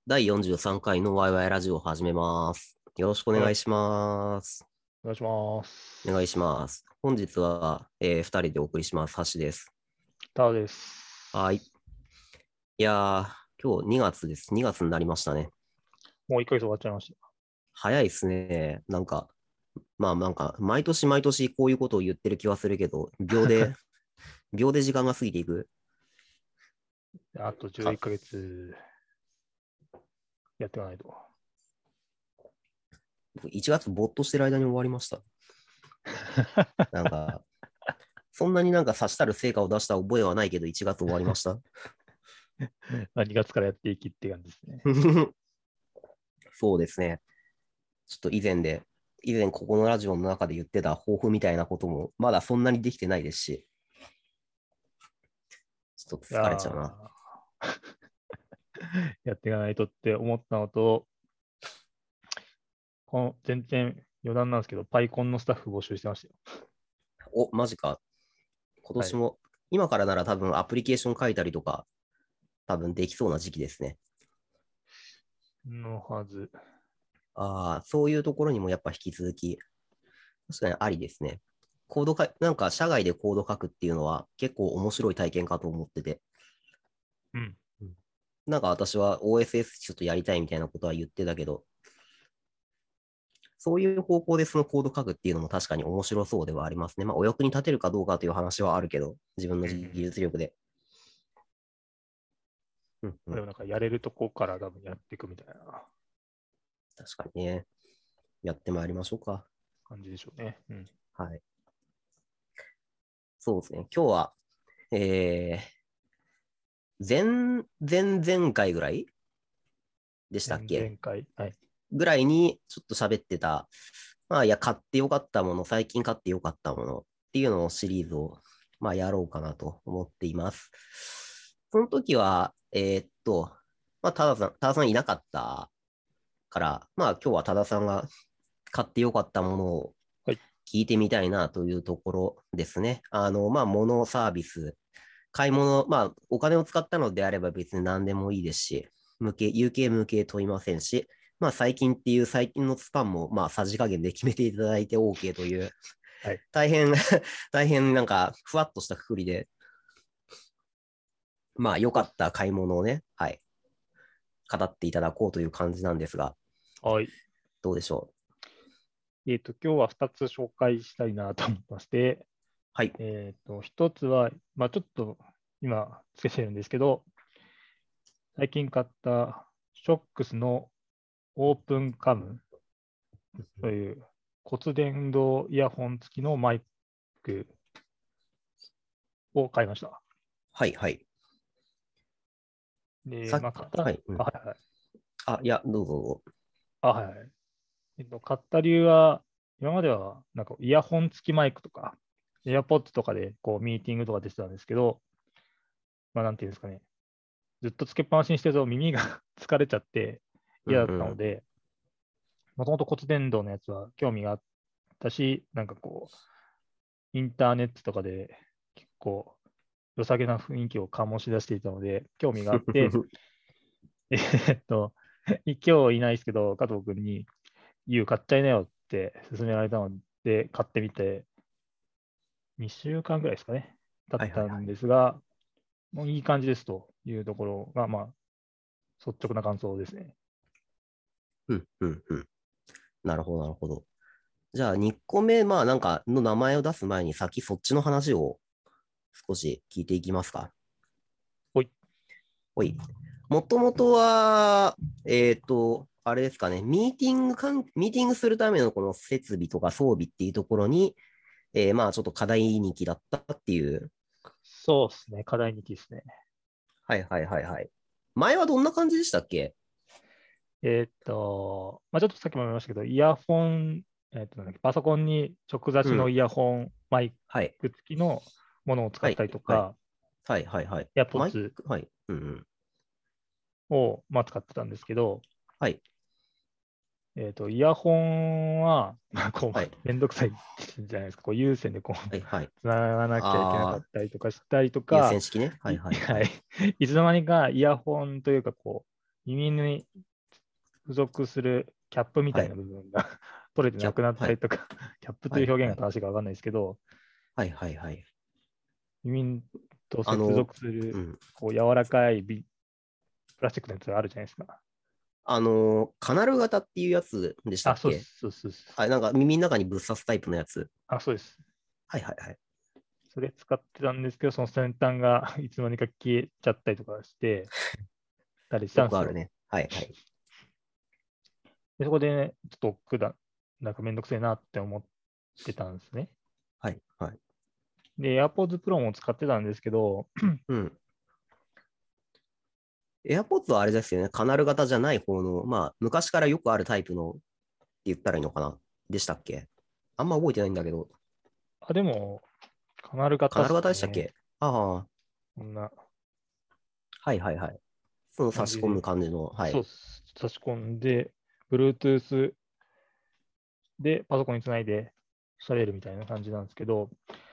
第43回のワイワイラジオを始めます。よろしくお願いします。 お願いします。 お願いします。本日は、2人でお送りします。橋です。 タオです。 はい。いやー、今日2月です。2月になりましたね。 もう1ヶ月終わっちゃいまし早いですね。毎年毎年こういうことを言ってる気はするけど、 た。 秒で時間が過ぎていく。 あと11 か、 ヶ月やっていかないと。 1月ぼっとしてる間に終わりました。なんか、そんなにさしたる成果を出した覚えはないけど、1月終わりました。 2月からやっていきって感じですね。 そうですね。ちょっと以前ここのラジオの中で言ってた抱負みたいなことも、まだそんなにできてないですし、ちょっといや疲れちゃうな。 やっていかないとって思ったのと、全然余談なんですけど、パイコンのスタッフ募集してましたよ。 お、マジか。今はい。 年も、今からなら多分アプリケーション書いたりとか、多分できそうな時期ですね。 のはず。 ああ、そういうところにもやっぱ引き続き、確かにありですね。コードか、社外でコード書くっていうのは結構面白い体験かと思ってて、 うん。 私は OSS ちょっとやりたいみたいなことは言ってたけど、そういう方向でそのコード書くっていうのも確かに面白そうではありますね。まあ、お役に立てるかどうかという話はあるけど、自分の技術力で。うんうん、 でもなんかやれるとこから多分やっていくみたいな確かにね。やってまいりましょうか。 感じでしょうね。うん。 はい。そうですね。今日は、え前々回ぐらいでしたっ前け 々回。はい。 ぐらいにちょっと喋ってた、まあ、いや、買ってよかったもの、最近買ってよかったものっていうのをシリーズを、まあ、やろうかなと思っています。その時は、まあ、多田さんいなかったから、まあ、今日は多田さんが買ってよかったものをはい。 聞いてみたいなというところですね。まあ、物サービス、買い物、まあ、お金を使ったのであれば別に何でもいいですし、有形無形問いませんし、まあ、最近っていう最近のスパンも、まあ、さじ加減で決めていただいて OK という、 はい。 大変大変ふわっとしたくくりで、まあ、良かそうっす。 った買い物をね、はい、語っていただこうという感じなんですが、 はい。 どうでしょう。 今日は2つ紹介したいなと思ってまして、 はい。 一つは、まあ、ちょっと今つけてるんですけど、最近買ったショックスのオープンカムという骨伝導イヤホン付きのマイクを買いました。 はい、はい。 で、まあ、 はい、うん。 はいはい。 あ、いや、どうぞどうぞ。 はいはい。買った理由は、今まではなんかイヤホン付きマイクとか、AirPods とかでこうミーティングとか出てたんですけど、まあ、なんていうんですかね、ずっとつけっぱなしにしてると耳が疲れちゃって嫌だったのうんうん。 で、もともと骨伝導のやつは興味があったし、なんかこう、インターネットとかで結構良さげな雰囲気を醸し出していたので、興味があって、えーっと、今日いないですけど、加藤君に、ユう買っちゃいなよって勧められたので、買ってみて、2週間ぐらいですかね、経ったんはいはいはい。 ですが、もういい感じですというところが、まあ、率直な感想ですね。 うんうんうん。なるほど、なるほど。じゃあ、2個目、まあ、の名前を出す前に、先そっちの話を少し聞いていきますか。 ほい。 ほい。もともとは、あれですかね、ミーティングするためのこの設備とか装備っていうところに、まあ、ちょっと課題人気だったっていう。 そうですね、課題2期ですね。 はいはいはいはい。前はどんな感じでしたっけ？ まあ、ちょっとさっきも言いましたけど、イヤホン、なんだっけパソコンに直差うん。 しのイヤホン、マイはい。 ク付きのものを使はい。 ったりとはい。 か、 はいはいはい。マイ AirPods ク、はい。うんうん。 を、まあ、使ってたんですけど、 はい。 イヤホンは、まあ、こう、 はい。 めんどくさいじゃないですか。こう、有線でこう、 はいはい。 つながなきゃいけなかっあたりとかしたりと優先か、 式ね。はいはいはい、 はい。 いつの間にかイヤホンというか、こう、 耳に付属するキャップみはい。 たいな部分が取れてなくなったはい。 りとか、キャップとはい。 いう表はい。 現が正しいかわかんないですけど、 はい。はい。はい。 耳と接あの、 続するうん。 こう柔らかいプラスチックのやつがあるじゃないですか。 カナル型っていうやつでしたあ、 っけ？ そうです、そうです。そうです。 あ、なんか耳の中にぶっ刺すタイプのやつ。 あ、そうです。 はいはいはい。 それ使ってたんですけど、その先端がいつの間にか消えちゃったりとかしてたりしたんですよ。 よくあるね。はいはい。 でそこで、ね、ちょっと億劫だ、なんかめんどくせえなって思ってたんですね。 はいはい。 で、AirPods Pro も使ってたんですけど、 うん。AirPods はあれですよね。カナル型じゃない方の、まあ、昔からよくあるタイプのって言ったらいいのかなでしたっけ？あんま覚えてないんだけど。 あ、でも、カナル型っカナル型すね。 でしたっけ？ああ、 こんなはいはいはい。その差し込む感じで、 感じの、はい。 そうっす、差し込んで、Bluetooth でパソコンにつないで喋るみたいな感じなんですけど、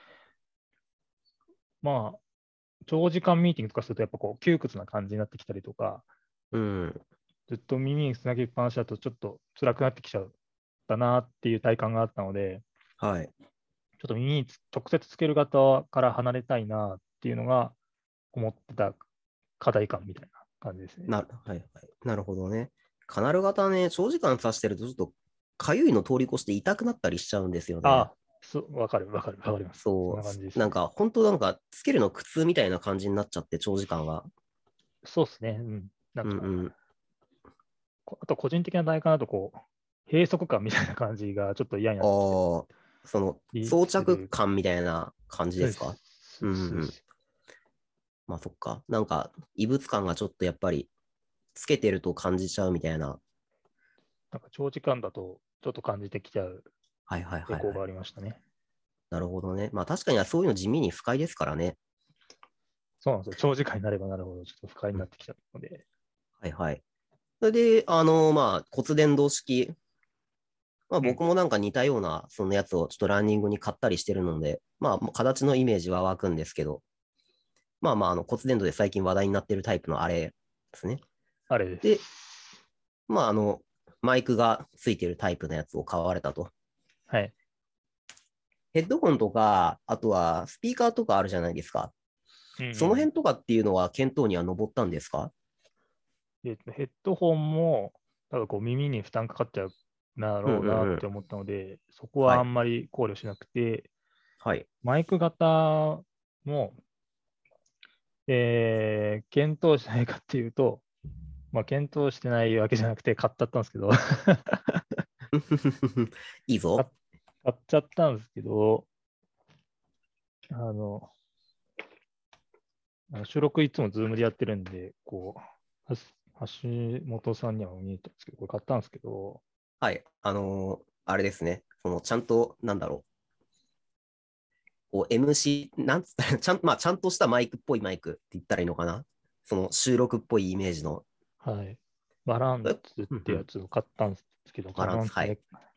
まあ、長時間ミーティングとかすると、やっぱこう、窮屈な感じになってきたりとか、 うん。 ずっと耳につなぎっぱなしだとちょっと辛くなってきちゃうだなっていう体感があったので、 はい。 ちょっと耳に直接つける型から離れたいなっていうのが思ってた課題感みたいな感じですね。 はいはい。なるほどね。カナル型ね、長時間刺してるとちょっと、かゆいの通り越して痛くなったりしちゃうんですよね。 ああ、わかる、わかる、わかります。そんなそう。 感じですね。 なんか、本当なんか、つけるの苦痛みたいな感じになっちゃって、長時間は。 そうですね。うん。なんか、 うんうん。 あと個人的な題かなと、こう、閉塞感みたいな感じがちょっと嫌になあってきてあ、その、装きてる。 着感みたいな感じですか？ そうです。 うんうんうん。 そうです。 まあそっか。なんか、異物感がちょっとやっぱり、つけてると感じちゃうみたいな。 なんか長時間だとちょっと感じてきちゃうはいはいはいはい。 傾向がありましたね。 なるほどね。まあ確かにそういうの地味に不快ですからね。 そうなんですよ。長時間になればなるほどちょっと不快にうん。 なってきちゃったので。 はいはい。それで、まあ骨伝導式。まあうん。 僕もなんか似たようなそのやつをちょっとランニングに買ったりしてるので、まあ形のイメージは湧くんですけど、まあまあ骨伝導で最近話題になってるタイプのあれですね。 あれでで、 す。 まあマイクがついてるタイプのやつを買われたと。 はい。 ヘッドホンとか、あとはスピーカーとかあるじゃないですか。 うんうそのん。 辺とかっていうのは検討には上ったんですか？ で、ヘッドホンも、ただこう耳に負担かかっちゃうだうんろううんうん。 なって思ったので、そこはい。 はあんまり考慮しなくて、 はい。 マイク型も、検討しないかっていうと、まあ、検討してないわけじゃなくて買っちゃったんですけど買っいいぞ。 買っちゃったんですけど、あの、収録いつもズームでやってるんで、こう、橋本さんには見えたんですけど、これ買ったんですけど、 はい。あれですね。ちゃんと、なんだろう。こう、MC、なんつったら、まあ、ちゃんとしたマイクっぽいマイクって言ったらいいのかな。その収録っぽいイメージの。 はい。バランえツっうんうん。 てやつを買ったんですけど、 バランス、 バランツね。 はい。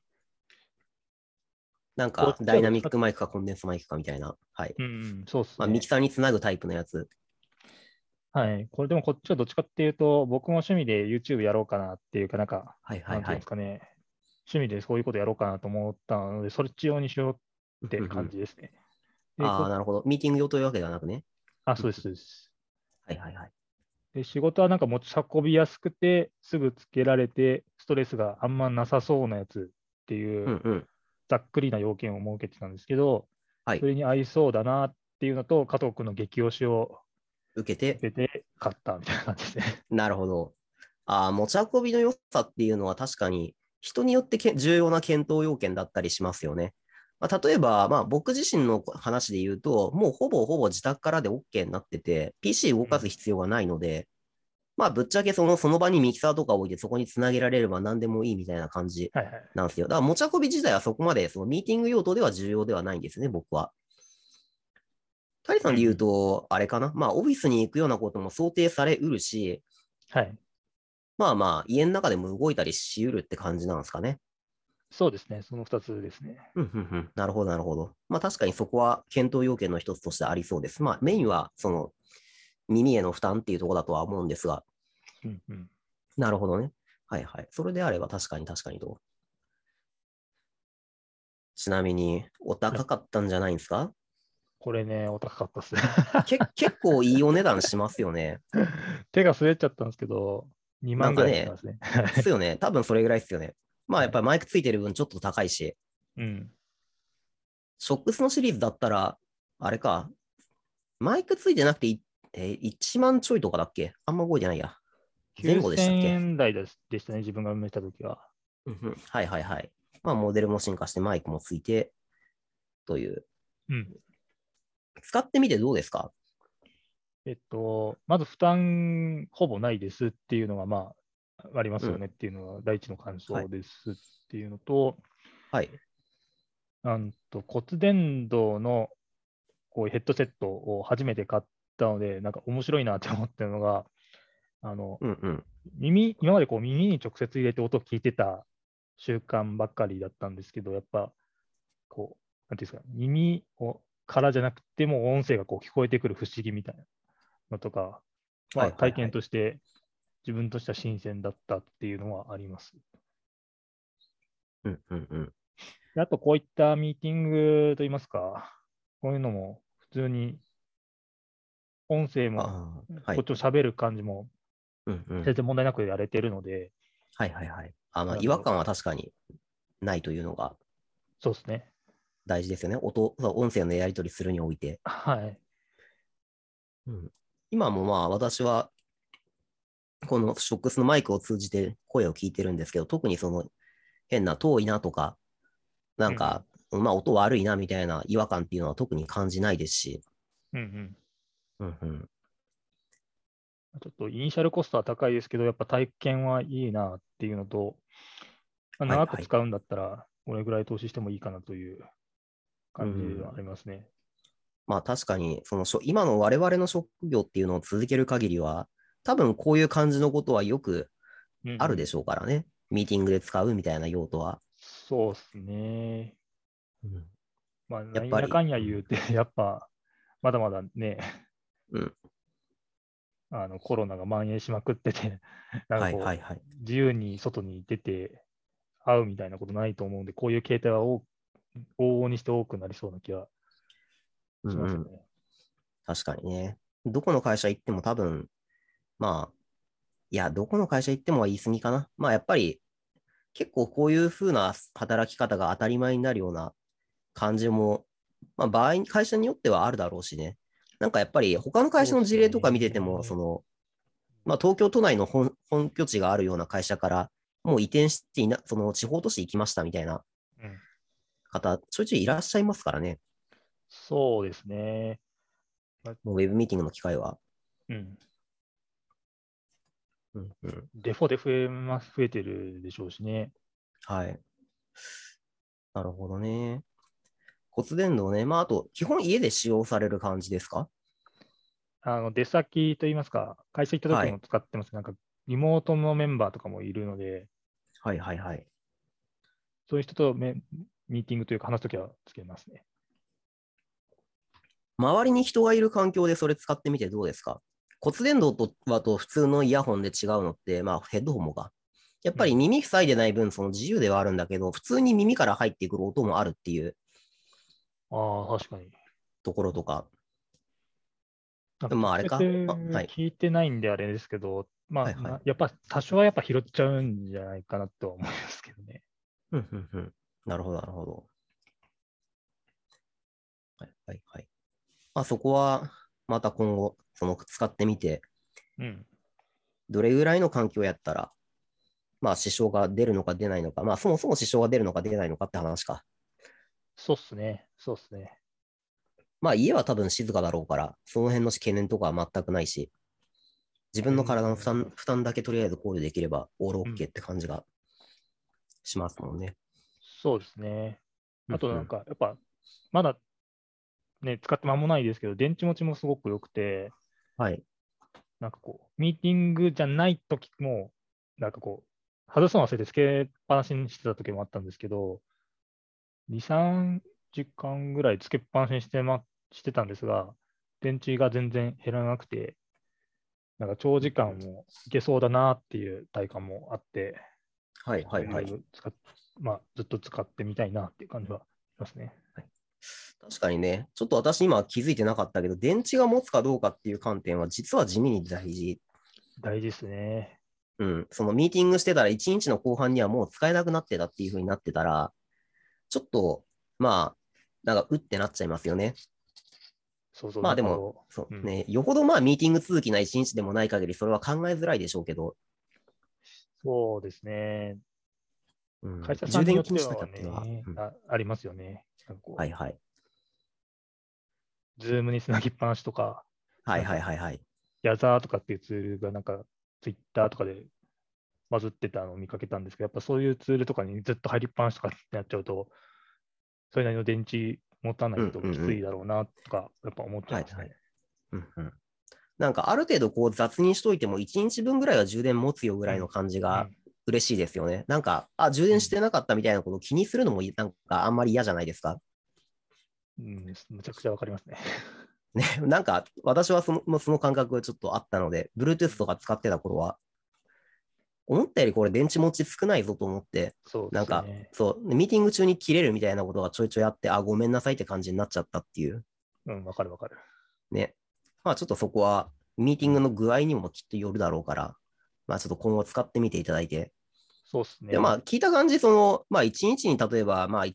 なんこっか、ダイナミッちはどっちか、 クマイクかコンデンスマイクかみたいな。はい。 うん、そうっすまあ、ミね。 キサーにつなぐタイプのやつ。 はい。これでもこっちはどっちかっていうと、僕も趣味で YouTube やろうかなっていうか、なんか、 はいはいなんていはい。 うんですかね。趣味でそういうことやろうかなと思ったので、そっち用にしようってうんうんうん。 感じですね。で、 ああ、なるほど。ミーティング用というわけではなくね。 そうです、そうです。 はいはいはい。 で、仕事はなんか持ち運びやすくて、すぐつけられて、ストレスがあんまなさそうなやつっていう、 うんうん。 ざっくりな要件を設けてたんですけど、 はい。 それに合いそうだなっていうのと、加藤君の激推しを受けて、 受けて買ったみたいな感じですね。 なるほど。ああ、持ち運びの良さっていうのは確かに人によって重要な検討要件だったりしますよね。まあ、例えば、まあ、僕自身の話で言うと、もうほぼほぼ自宅からで OK になってて、PC 動かすうん。 必要がないので、まあ、ぶっちゃけその場にミキサーとか置いてそこにつなげられれば何でもいいみたいな感じはいはい。 なんですよ。だから持ち運び自体はそこまでそのミーティング用途では重要ではないんですね、僕は。タイさんで言ううんうん。 と、あれかな。まあ、オフィスに行くようなことも想定されうるし、 はい。 まあまあ、家の中でも動いたりしうるって感じなんですかね。 そうですね。その2つですね。 うん、うん、うん。なるほど、なるほど。まあ確かにそこは検討要件の一つとしてありそうです。まあメインは、耳への負担っていうところだとは思うんですが。 うんうん。 なるほどね。はいはい。それであれば確かに確かにと。ちなみに、おいや、 高かったんじゃないんですか？ これね、お高かったっすね。 結構いいお値段しますよね。 手が滑っちゃったんですけど、2万ぐらいしなんかね、 ますね。 っすよね。多分それぐらいっすよね。まあはい。 やっぱりマイクついてる分ちょっと高いし、 うん。 ショックスのシリーズだったら、あれか、マイクついてなくて1万ちょいとかだっけ？あんま覚えてないや。前後でしたっ 9000 け？ 円台でしたね、自分が運営したときは。 うんうん、はいはいはい。まあモデルも進化してマイクもついてという。 うん。 使ってみてどうですか？ まず負担ほぼないですっていうのが、まあ、ありまうん。 すよねっていうのが第一の感はい。 想ですっていうのと、 はい。 骨伝導のこういうヘッドセットを初めて買ったので、なんか面白いなって思ってるのが、あのうんうん。 今までこう耳に直接入れて音を聞いてた習慣ばっかりだったんですけど、やっぱこう、なんていうんですか、からじゃなくても音声がこう聞こえてくる不思議みたいなのとか、まあ、体はいはいはい。 験として自分としては新鮮だったっていうのはあります。 うんうんうん。 であと、こういったミーティングといいますか、こういうのも普通に音声もああ、はい。 こっちを喋る感じもうんうん。 全然問題なくやれてるので、 はいはいはい。まああの、 違和感は確かにないというのがそうですね。 大事ですよね。音声のやり取りするにおいて。 はい。 うん、今もまあ私はこのショックスのマイクを通じて声を聞いてるんですけど、特にその変な遠いなとか、なうんうん。 んか、まあ音悪いなみたいな違和感っていうのは特に感じないですし。 うんうん。 うんうん。 ちょっとイニシャルコストは高いですけど、やっぱ体験はいいなっていうのと、まあ長くはいはい。 使うんだったら、これぐらい投資してもいいかなというう感じではあん。 りますね。 まあ確かに、今の我々の職業っていうのを続ける限りは、多分こういう感じのことはよくうんうん。 あるでしょうからね。ミーティングで使うみたいな用途は。 そうですね。 うん、 まあ、なやっぱり、 んやかんやうん、 言うて、やっぱ、まだまだね、 うん。 コロナが蔓延しまくってて、なんかはいはこいはい。 う、自由に外に出て会うみたいなことないと思うんで、こういう形態は往々にして多くなりそうな気はうんうん。 しますよね。 確かにね。どこの会社行っても多分、まあ、いや、どこの会社行ってもは言い過ぎかな。まあやっぱり、結構こういう風な働き方が当たり前になるような感じも、まあ会社によってはあるだろうしね。なんかやっぱり他の会社のそうです事例とか見てても、 ね。 まあ東京都内の本拠地があるような会社から、もう移転してその地方都市行きましたみたいなうん、 方、ちょいちょいいらっしゃいますからね。 そうですね。まあもうウェブミーティングの機会は。 うん、 うんうん。 デフォで増えてるでしょうしね。 はい。なるほどね。骨伝導ね。まああと、基本家で使用される感じですか？ 出先といいますか、会社行った時もはい。 使ってます。なんか、リモートのメンバーとかもいるので、 はいはいはい。 そういう人とミーティングというか話すときはつけますね。 周りに人がいる環境でそれ使ってみてどうですか？骨伝導と普通のイヤホンで違うのって、まあヘッドホンもか。やっぱりうん。 耳塞いでない分、その自由ではあるんだけど、普通に耳から入ってくる音もあるっていうああ、確かに。 ところとか。 なんか直接まああれか。はい。 聞いてないんであれですけど、まあ、 はいはい。 やっぱ多少はやっぱ拾っちゃうんじゃないかなとは思いますけどね。 うんうんうん。なるほどなるほど。はいはいはい。まあそこは、また今後、使ってみて、 うん。 どれぐらいの環境やったら、まあ支障が出るのか出ないのか、まあそもそも支障が出るのか出ないのかって話か。 そうっすね。そうっすね。 まあ家は多分静かだろうから、その辺の懸念とかは全くないし、自う分の体のん。 負担だけとりあえず考慮できれば、オールオッケうん。 ーって感じがしますもんね。 そうですね。あとなんうんうん。 か、やっぱ、まだね、使って間もないですけど、電池持ちもすごく良くて、 はい。 なんかこう、ミーティングじゃない時も、なんかこう、外すの忘れてつけっぱなしにしてた時もあったんですけど、2、3時間ぐらいつけっぱなしにしてたんですが、電池が全然減らなくて、 なんか長時間もいけそうだなっていう体感もあって、 はいはいはい。 ずっと使ってみたいなっていう感じはしますね。 確かにね、ちょっと私今気づいてなかったけど、電池が持つかどうかっていう観点は実は地味に大事。 大事ですね。 うん。そのミーティングしてたら1日の後半にはもう使えなくなってたっていう風になってたら、ちょっと、まあ、なんか、うってなっちゃいますよね。 そうそう、 まあでも、そうね、よほどまあミーティング続きな1日でもない限り、それは考えづらいでしょうけど、 そうですね。 うん、 会社さんに充電気によってはしなきゃっていうのは、 ね、 うん、 ありますよね。なんかこはいはい。 う、ズームにつなぎっぱなしとか、 はいなんか、 はいはいはい。 ヤザーとかっていうツールがなんか、ツイッターとかでバズってたのを見かけたんですけど、やっぱそういうツールとかにずっと入りっぱなしとかってなっちゃうと、それなりの電池持たなういんうんうん。 ときついだろうなとか、やっぱ思っちゃいますね。 はいはい。うんうん。なんかある程度こう雑にしといても1日分ぐらいは充電持つよぐうん。 らいの感じがうん。 嬉しいですよね。なんか、あ、充うん。 電してなかったみたいなことを気にするのもなんかあんまり嫌じゃないですか。 うん、むちゃくちゃわかりますね。 ね、なんか私はその感覚がちょっとあったので、 う Bluetooth とん、 か使ってた頃は、思ったよりこれ電池持ち少ないぞと思って、 そうでなんか、 すよね。 そう、ミーティング中に切れるみたいなことがちょいちょいあって、あ、ごめんなさいって感じになっちゃったっていう。 うん、わかるわかる。 ね。まあちょっとそこは、ミーティングうん、 の具合にもきっとよるだろうから、まあちょっと今後使ってみていただいて。 そうですで、まね。 あ聞いた感じ、まあ1日に例えば、まあ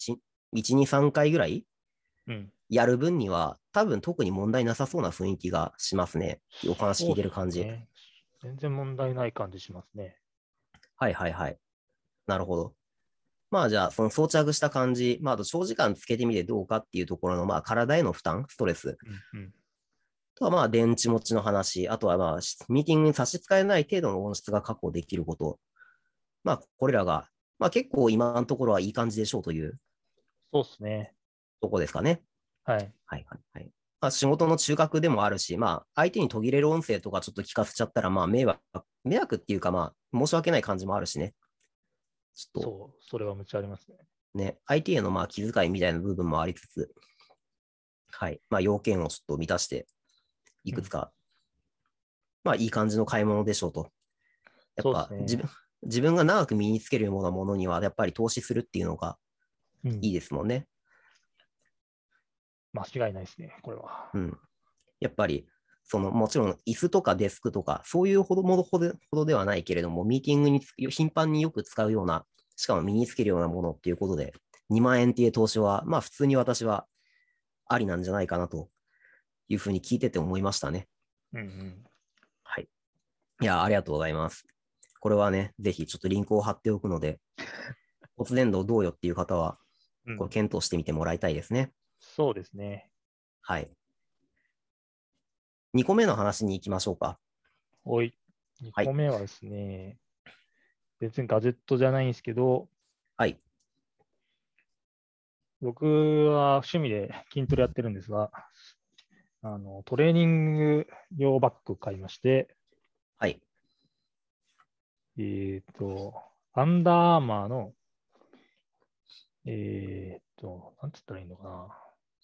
1、2、3回ぐらいうん。 やる分には、多分特に問題なさそうな雰囲気がしますね。お話聞いそうってる感じ。 すね。全然問題ない感じしますね。 はいはいはい。なるほど。まあじゃあ、その装着した感じ、まああと長時間つけてみてどうかっていうところの、まあ体への負担、ストレス、 うん、うん。 あとはまあ電池持ちの話、あとはまあミーティングに差し支えない程度の音質が確保できること、まあこれらが、まあ結構今のところはいい感じでしょうというそうっすね。 とこですかね。 はい。 はいはいはい。まあ、仕事の中核でもあるし、まあ相手に途切れる音声とかちょっと聞かせちゃったら、まあ迷惑っていうかまあ申し訳ない感じもあるしね。ちょっとそう、それはむちゃありますね。 ね、相手へのまあ気遣いみたいな部分もありつつ、はい。まあ要件をちょっと満たして、いうん。 くつか、まあいい感じの買い物でしょうと。やっそうですね。 ぱ自分が長く身につけるようなものには、やっぱり投資するっていうのがうん。 いいですもんね。 間違いないですね、これは。 うん。やっぱり、もちろん椅子とかデスクとか、そういうほどではないけれども、ミーティングに頻繁によく使うような、しかも身につけるようなものっていうことで、2万円っていう投資は、まあ普通に私はありなんじゃないかなというふうに聞いてて思いましたね。 うんうん。 はい。いや、ありがとうございます。これはね、ぜひちょっとリンクを貼っておくので、骨伝導どうよっていう方は、 うん。 これ検討してみてもらいたいですね。 そうですね。 はい。2個目の話に行きましょうか。 おい。2 はい。 個目はですね、別にガジェットじゃないんですけど、 はい。 僕は趣味で筋トレやってるんですが、トレーニング用バッグ買いまして、 はい。 アンダーアーマーの、なんつったらいいのかな。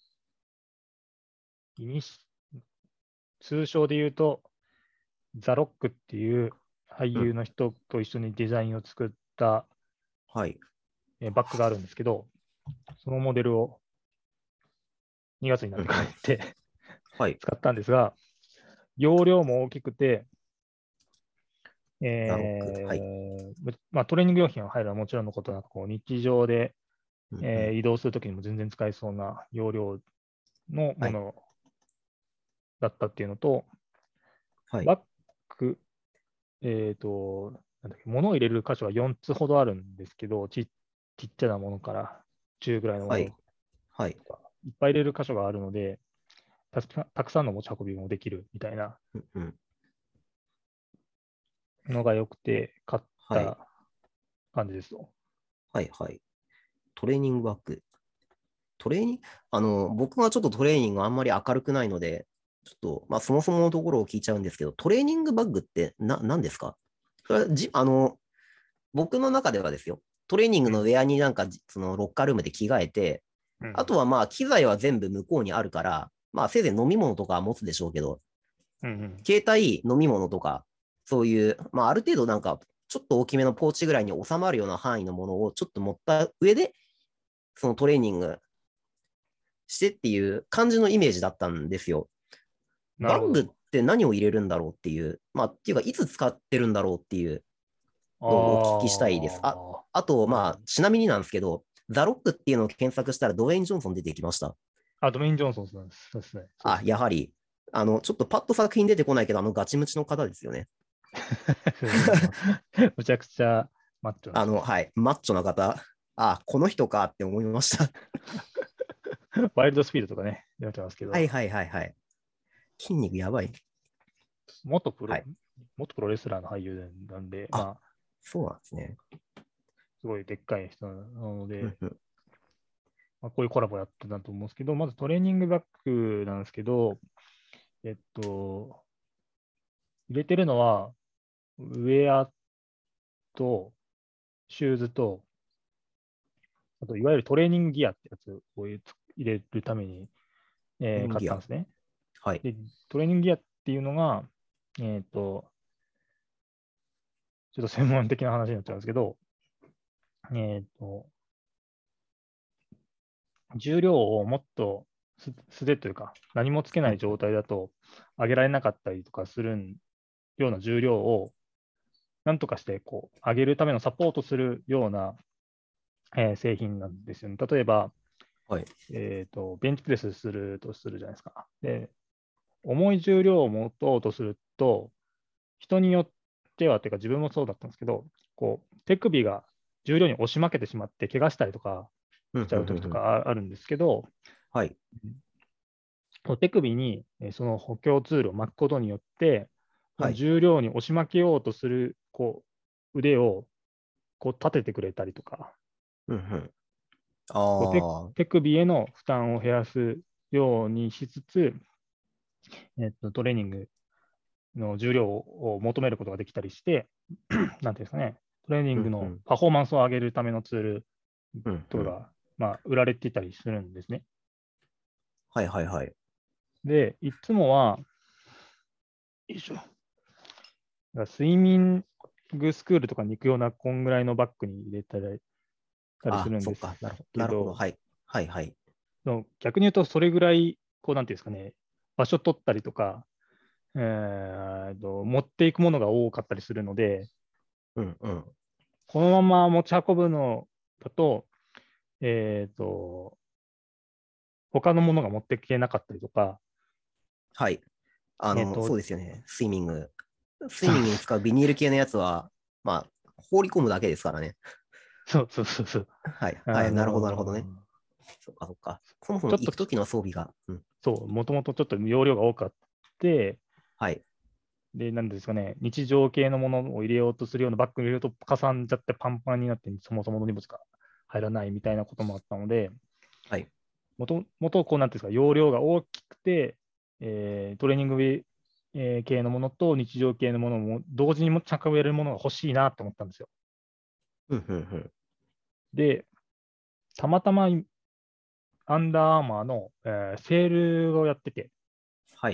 イニシ通称で言うと、ザ・ロックっていう俳うん。 優の人と一緒にデザインを作ったはい。 バッグがあるんですけど、そのモデルを2月になってからうん。 行ってはい。 使ったんですが、容量も大きくて、 ザロック。はい。 まあ、トレーニング用品は入るのはもちろんのことなく、こう日常で、 うんうん。 移動するときにも全然使えそうな容量のはい。 ものだったっていうのと、 はい。 バッグ、なんだっけ、物を入れる箇所が4つほどあるんですけど、ちっちゃなものから中ぐらいのもはい。 のはい。 とか、いっぱい入れる箇所があるので、たくさんの持ち運びもできるみたいなうんうん。 のが良くて買っはい。 た感じですと。 はい。はい。トレーニングバッグ。トレーニング、僕がちょっとトレーニングあんまり明るくないので、ちょっと、まあ、そもそものところを聞いちゃうんですけど、トレーニングバッグって何ですか？それは僕の中ではですよ、トレーニングのウうん。 ェアになんか、そのロッカールームで着替えて、 うん。 あとはまあ、機材は全部向こうにあるから、まあ、せいぜい飲み物とかは持つでしょうけど、 うんうん。 携帯、飲み物とか、そういう、まあ、ある程度なんか、ちょっと大きめのポーチぐらいに収まるような範囲のものをちょっと持った上で、そのトレーニングしてっていう感じのイメージだったんですよ。バッグっなるほど。 て何を入れるんだろうっていう、まあ、っていうか、いつ使ってるんだろうっていうあのをお聞きしたいです。 あ、 あと、まあ、 うん。 ちなみになんですけど、ザ・ロックっていうのを検索したらドウェイン・ジョンソン出てきました。 あ、ドメイン・ジョンソンさんです。そうですね。そうであ、 すね。 やはり、ちょっとパッと作品出てこないけど、ガチムチの方ですよね。 そうですね。むちゃくちゃマッチョな人です。 はい、マッチョな方。あ、この人かって思いました。 ワイルドスピードとかね、やってますけど、 はいはいはいはい。筋肉やばい。 元プロ、 はい。 元プロレスラーの俳優なんで、 あ、 まあ、 そうなんですね。 すごいでっかい人なので、 うんうん。 まあ、こういうコラボやってたと思うんですけど、まずトレーニングバッグなんですけど、えっと、入れてるのは、ウェアと、シューズと、あと、いわゆるトレーニングギアってやつを入れるために、買っギア。 たんですね。 はい。 で、トレーニングギアっていうのが、ちょっと専門的な話になっちゃうんですけど、えっと、重量をもっと素手というか、何もつけない状態だと上げられなかったりとかするような重量を、なんとかしてこう上げるためのサポートするような、製品なんですよね。例えば、 はい。 ベンチプレスするとするじゃないですか。で、重い重量を持とうとすると、人によっては、というか自分もそうだったんですけど、こう手首が重量に押し負けてしまって、怪我したりとかうんしちゃうときとうんうんうん。 かあるんですけど、 はい。 手首にその補強ツールを巻くことによって、そのはい。 重量に押し負けようとするこう腕をこう立ててくれたりとか、 うんうん。 こうああ。 手首への負担を減らすようにしつつ、トレーニングの重量を求めることができたりして、なんていうんですかね、トレーニングのうんうん。 パフォーマンスを上げるためのツールうんうん。 とかが、まあ、売られていたりするんですね。 はいはいはい。 で、いつもは、よいしょ、スイミングスクールとかに行くような、こんぐらいのバッグに入れたりすあ、 るんですそっか。なるほど。 けど、 はい。はいはい。 逆に言うと、それぐらい、こう、なんていうんですかね、場所取ったりとか、持っていくものが多かったりするので、 うんうん。 このまま持ち運ぶのだと、えっと、他のものが持っていけなかったりとか、 はい。 えっと、 そうですよね。スイミング。スイそうミングに使うビニール系のやつは、まあ、放り込むだけですからね。 そうそうそうそう。 はい。はい。なるほど、なるほどね。そっか、そっか。そもそもちょっと行くときの装備が。うん。 そう、もともとちょっと容量が多かって、 はい。 で、なんですかね、日常系のものを入れようとするようなバッグに入れると、かさんじゃってパンパンになって、そもそもの荷物が入らないみたいなこともあったので、 はい。 もとこう、なんていうんですか、容量が大きくて、トレーニング系のものと日常系のものも同時に持ち運べるものが欲しいなと思ったんですよ。 うんうんうん。 で、たまたまアンダーアーマーの、セールをやってて、 はい。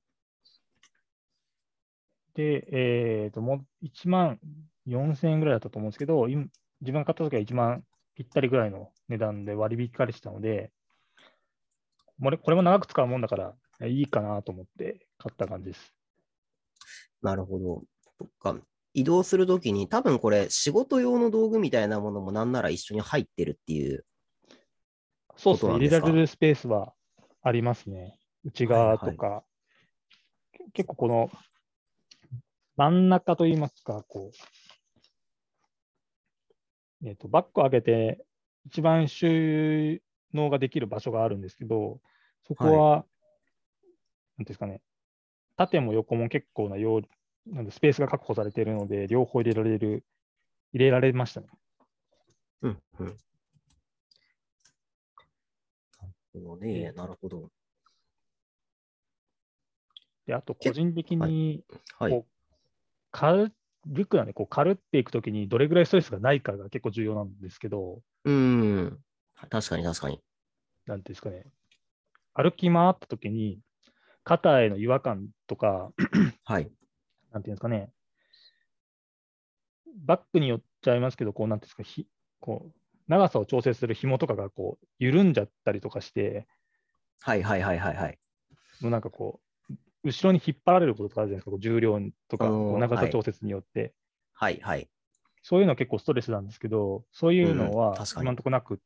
で、もう1万4000円ぐらいだったと思うんですけど、自分が買った時は1万ぴったりぐらいの値段で割引かれてたので、これも長く使うもんだから、いいかなと思って買った感じです。 なるほど。そっか。移動するときに、多分これ、仕事用の道具みたいなものもなんなら一緒に入ってるっていうことそうですね、入れられなんですか？ るスペースはありますね。内側はいはい。 とか、結構この真ん中といいますか、バッグを開けて一番収納ができる場所があるんですけど、そこはい。 は、なんていうんですかね、縦も横も結構ななんでスペースが確保されているので、両方入れられましたね。 うんうん。 で、 なるほど。 あと個け、 人的はい。 に、 はい。 こう、リュックなんで、軽っていくときにどれぐらいストレスがないかが結構重要なんですけど、 うーん。確かに確かに。 なんていうんですかね、歩き回ったときに、 肩への違和感とか、 はい。 なんていうんですかね、バックによっちゃいますけど、こう、なんていうんですか、こう、長さを調整する紐とかがこう緩んじゃったりとかして、 はいはいはいはいはい。 もうなんかこう、後ろに引っ張られることとかあるじゃないですか、こう重量とか、こう長はい。 さ調節によって。 はいはい。 そういうのは結構ストレスなんですけど、そういううん、 のは確かに。 今のところなくって、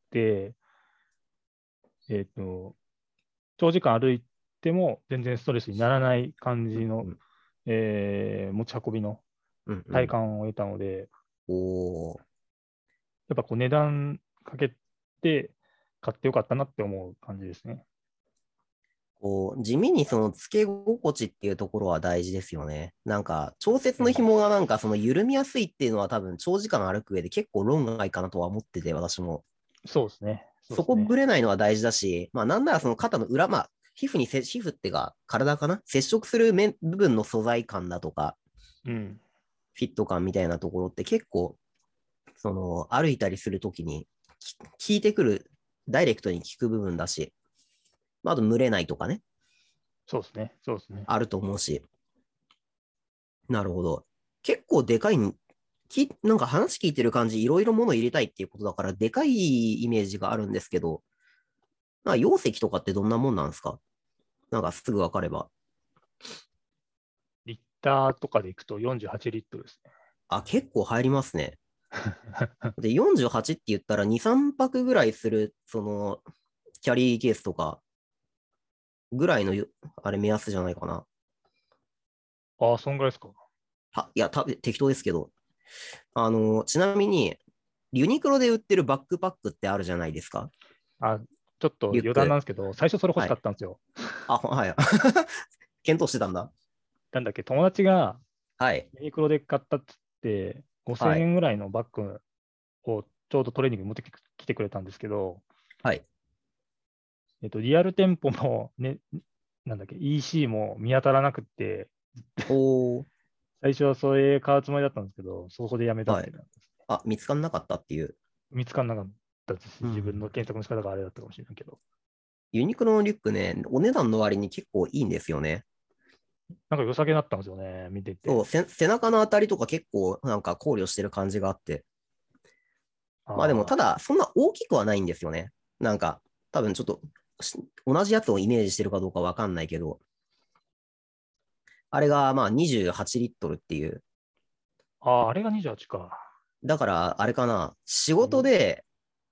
えっと、長時間歩いても全然ストレスにならない感じの、 うん、 持ち運びのうん、うん。 体感を得たので、 おー。 やっぱこう値段かけて買ってよかったなって思う感じですね。 こう、地味にその付け心地っていうところは大事ですよね。なんか、調節のうん。 紐がなんかその緩みやすいっていうのは多分長時間歩く上で結構論外かなとは思ってて、私も。 そうですね。そうそこぶですね。 れないのは大事だし、まあなんならその肩の裏、まあ、皮膚っていうか体かな接触する部分の素材感だとか、 うん。 フィット感みたいなところって結構、その歩いたりするときに効いてくる、ダイレクトに効く部分だし、まあ、あと蒸れないとかね、 そうですね。そうですね。 あると思うし、なるほど。結構でかいなんか話聞いてる感じ、いろいろ物入れたいっていうことだから、でかいイメージがあるんですけど、まあ、容積とかってどんなもんなんですか？なんかすぐわかれば。 リッターとかでいくと48リットルですね。 あ、結構入りますね。で、48って言ったら2、3泊ぐらいする、その、キャリーケースとかぐらいのあれ目安じゃないかな。 ああ、そんぐらいですか。 いや、適当ですけど。ちなみに、ユニクロで売ってるバックパックってあるじゃないですか。 あ、ちょっと余談なんリュック。 ですけど、最初それ欲しはい。 かったんですよ。 はい。検討してたんだ。 なんだっけ、友達がはい。 ユニクロで買ったっつって、5000 はい。 円ぐらいのバッグをちょうどトレーニングに持ってきてくれたんですけど、 はい。 リアル店舗も、ね、なんだっけ、EC も見当たらなくって、 おー。 最初はそれ買うつもりだったんですけど、そこでやめたっはい。 ていうのはあ、見つからなかったっていう。 見つからなかったですし、 うん。 自分の検索の仕方があれだったかもしれないけど、 ユニクロのリュックね、お値段の割に結構いいんですよね。 なんか良さげだったんですよね、見てて。 そう、背中のあたりとか結構なんか考慮してる感じがあって。まあでも、たあだ、そんな大きくはないんですよね。なんか、多分ちょっと、同じやつをイメージしてるかどうかわかんないけど、あれがまあ28リットルっていう。 あ、あれが28か。 だから、あれかな、仕うん。 事で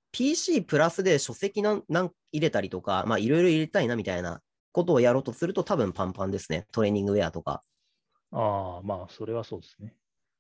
PC プラスで書籍入れたりとか、まあいろいろ入れたいなみたいなことをやろうとすると多分パンパンですね。トレーニングウェアとか。 ああ、まあ、それはそうですね。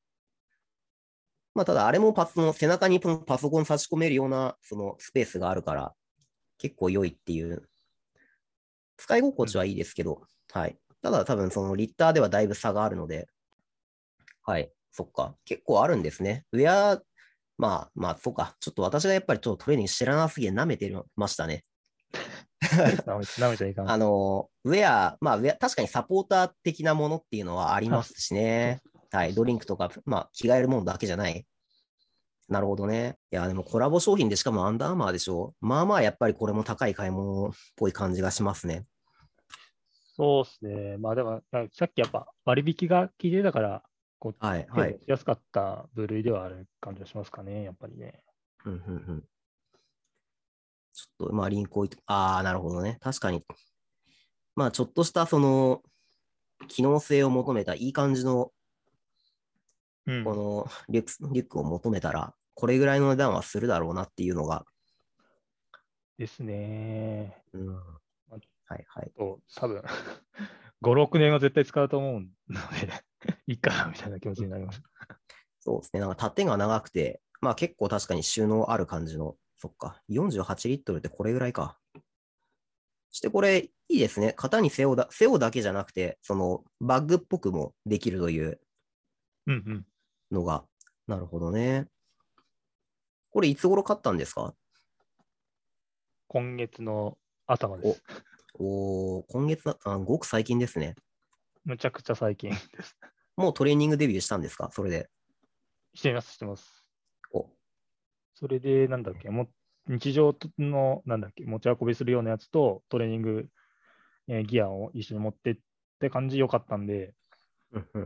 まあただあれも背中にパソコン差し込めるようなそのスペースがあるから結構良いっていう、使いうん。 心地はいいですけど、はい。ただ多分そのリッターではだいぶ差があるので、はい。そっか。結構あるんですね。ウェア、そうか。ちょっと私がやっぱりちょっとトレーニング知らなすぎて舐めてましたね。 舐めちゃいかん。 ウェア、まあ、確かにサポーター的なものっていうのはありあ、 ますしそうね。はい。ドそうそうそリンクとか、まあ、着替えるものだけじゃない。なるほどね。いや、でもコラボ商品でしかもアンダーアーマーでしょ。まあまあ、やっぱりこれも高い買い物っぽい感じがしますね。 そうですね。まあでも、さっきやっぱ割引が効いてたから、こう、 はい、 手はい。 出しやすかった部類ではある感じがしますかね、やっぱりね。 うん、うん、うん。ちょっと、まあ、リンク置いて、ああ、なるほどね。確かに。まあ、ちょっとした、その、機能性を求めたいい感じの、 うん。 このリュックを求めたら、これぐらいの値段はするだろうなっていうのが、 ですね。 うん、 あはいはい。 と、多分5、6年は絶対使うと思うのでいいかな、みたいな気持ちになります。 そうですね。なんか縦が長くて、まあ結構確かに収納ある感じの、そっか。48リットルってこれぐらいか。そしてこれいいですね。型に背負うだけじゃなくて、そのバッグっぽくもできるといううんうん。 のが。なるほどね。これいつ頃買ったんですか？ 今月の頭でお、 す。 今月ごく最近ですね。 むちゃくちゃ最近です。 もうトレーニングデビューしたんですかそれで？ しています、してます。 お、 それで、なんだっけ、日常の、なんだっけ、持ち運びするようなやつと、トレーニングギアを一緒に持ってって感じ良かったんで、 うんうん。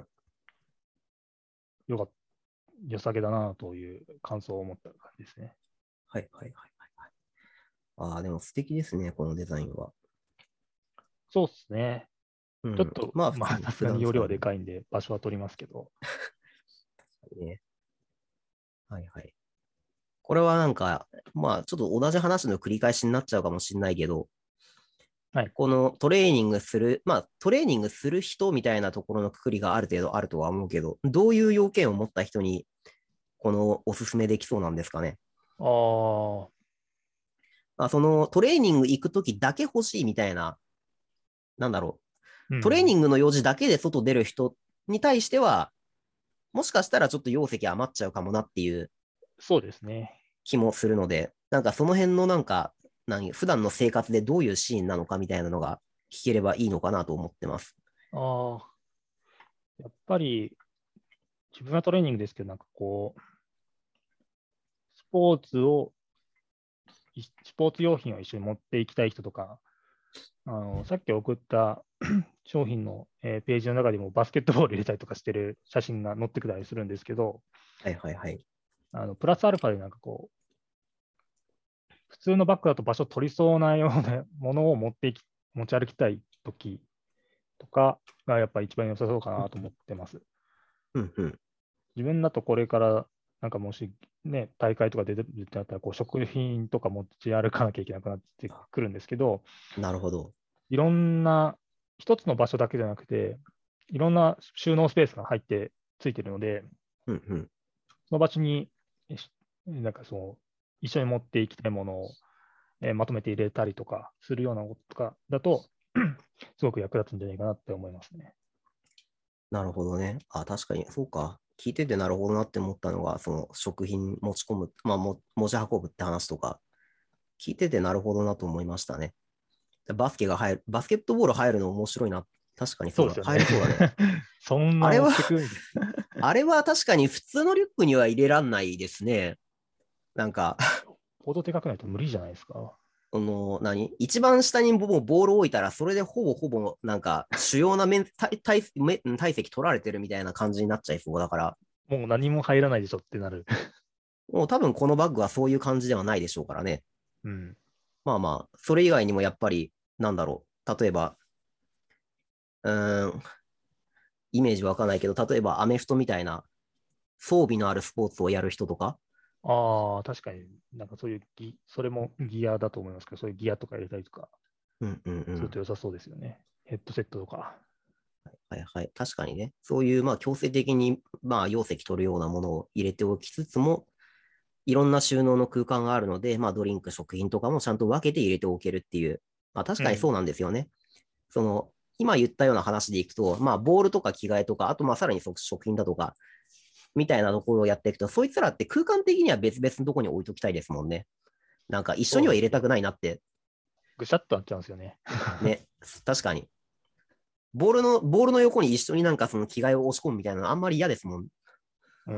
良さげだなという感想を持った感じですね。 はいはいはいはい。ああ、でも素敵ですね、このデザインは。 そうですね。 うん。 ちょっと、 まあ、普まあ、 通に普さすがに容量は段使えるでかいんで、場所は取りますけど。 ね。はいはい。これはなんか、まあ、ちょっと同じ話の繰り返しになっちゃうかもしれないけど、 はい。 このトレーニングする、まあ、トレーニングする人みたいなところのくくりがある程度あるとは思うけど、どういう要件を持った人に、このおすすめできそうなんですかね。 ああ、 まあ、そのトレーニング行くときだけ欲しいみたいな、なんだろう。トレーニうん。 ングの用事だけで外出る人に対しては、もしかしたらちょっと容積余っちゃうかもなっていうそうですね。 気もするので、なんかその辺のなんか、普段の生活でどういうシーンなのかみたいなのが聞ければいいのかなと思ってます。 ああ、やっぱり自分はトレーニングですけど、なんかこう、スポーツを、スポーツ用品を一緒に持っていきたい人とか、さっき送った商品の、ページの中でもバスケットボール入れたりとかしてる写真が載ってくたりするんですけど、 はいはいはい。 プラスアルファでなんかこう、普通のバッグだと場所取りそうなようなものを持ち歩きたいときとかがやっぱり一番良さそうかなと思ってます。 うんうん。 自分だとこれからなんかもしね、大会とか出てるってなったらこう食品とか持ち歩かなきゃいけなくなってくるんですけど、 なるほど。 いろんな一つの場所だけじゃなくて、いろんな収納スペースが入ってついてるので、 うんうん。 その場所になんかそう一緒に持っていきたいものを、まとめて入れたりとかするようなこととかだと、すごく役立つんじゃないかなって思いますね。 なるほどね。あ、確かに、そうか。聞いててなるほどなって思ったのが、その食品持ち込む、まあ、持ち運ぶって話とか、聞いててなるほどなと思いましたね。バスケットボール入るの面白いな。確かにそうだ。 そうですよね。 入りそうだね。 そんな持っあれはてくみたいあれは確かに普通のリュックには入れらんないですね。なんか、 な。ほどでかくないと無理じゃないですか。 一番下にもうボールを置いたら、それでほぼほぼ、なんか、主要な体積取られてるみたいな感じになっちゃいそうだから、 もう何も入らないでしょってなる。 もう多分このバッグはそういう感じではないでしょうからね。 うん。 まあまあ、それ以外にもやっぱり、なんだろう。例えば、うーん、イメージわかんないけど、例えばアメフトみたいな装備のあるスポーツをやる人とか、 ああ、確かになんかそういうそれもギアだと思いますけど、そういうギアとか入れたりとかうんうんうん。 すると良さそうですよね。ヘッドセットとか。 はいはい。確かにね。そういう、まあ、強制的に、まあ、容積取るようなものを入れておきつつも、いろんな収納の空間があるので、まあ、ドリンク、食品とかもちゃんと分けて入れておけるっていう。まあ、確うん。 かにそうなんですよね。その、今言ったような話でいくと、まあ、ボールとか着替えとか、あと、まあ、さらに食品だとか、みたいなところをやっていくと、そいつらって空間的には別々のところに置いときたいですもんね。なんか、一緒には入れたくそうなんですよ。 ないなって、 ぐしゃっとなっちゃうんですよね。 ね。確かに。ボールの横に一緒になんかその着替えを押し込むみたいなのあんまり嫌ですもん。 うん、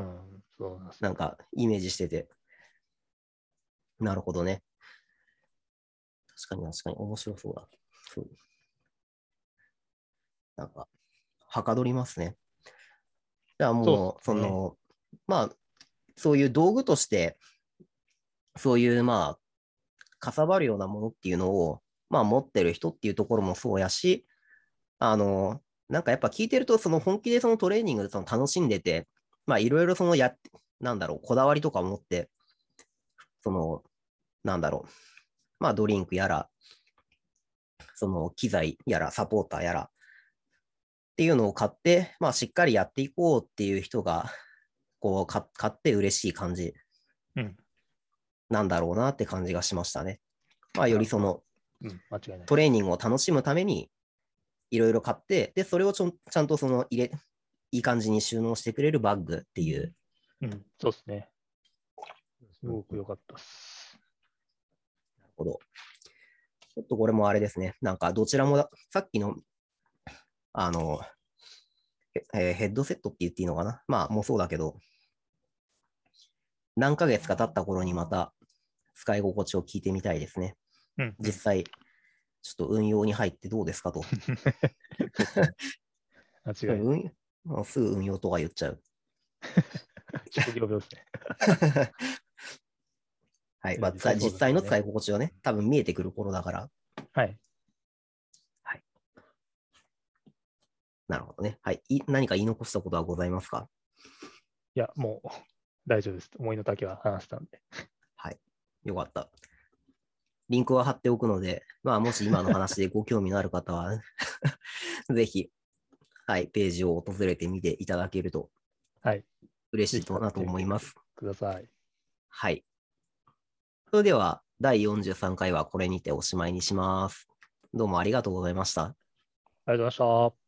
そうなんですよ。 なんか、イメージしてて。なるほどね。確かに確かに面白そうだ。そう。なんか、はかどりますね。じゃあそうですもう、 ね。 まあ、そういう道具として、そういうまあ、かさばるようなものっていうのを、まあ持ってる人っていうところもそうやし、なんかやっぱ聞いてると、その本気でそのトレーニングでその楽しんでて、まあいろいろそのなんだろう、こだわりとかを持って、その、なんだろう、まあドリンクやら、その機材やら、サポーターやらっていうのを買って、まあしっかりやっていこうっていう人が、こう買って嬉しい感じうん。 なんだろうなって感じがしましたね。まあよいや、まあ、 りそのうん、間違いないでトレーニンす。 グを楽しむためにいろいろ買って、で、それをちゃんといい感じに収納してくれるバッグっていう。 うん、そうですね。すうんうん、なるごく良かったです。 ほど。ちょっとこれもあれですね。なんかどちらもさっきの、あの、ヘッドセットって言っていいのかなまあもうそうだけど、何ヶ月か経った頃にまた使い心地を聞いてみたいですね。 うん、うん。 実際、 ちょっと運用に入ってどうですかと。 間違いない。 もうすぐ運用とか言っちゃう。 職業病ですね。 はい。 いまあ、 や実際そうですよね実際の使い心地はね、多分見えてくる頃だから。 はい。 はい。なるほどね。はい。何か言い残したことはございますか？ いや、もう大丈夫です。思いの丈は話したんで。 はい。よかった。リンクは貼っておくので、まあ、もし今の話でご興味のある方はぜひ、はい、ページを訪れてみていただけるとはい。ぜひ嬉しいとなと使ってみて思います。 ください。 はい。それでは、第43回はこれにておしまいにします。どうもありがとうございました。 ありがとうございました。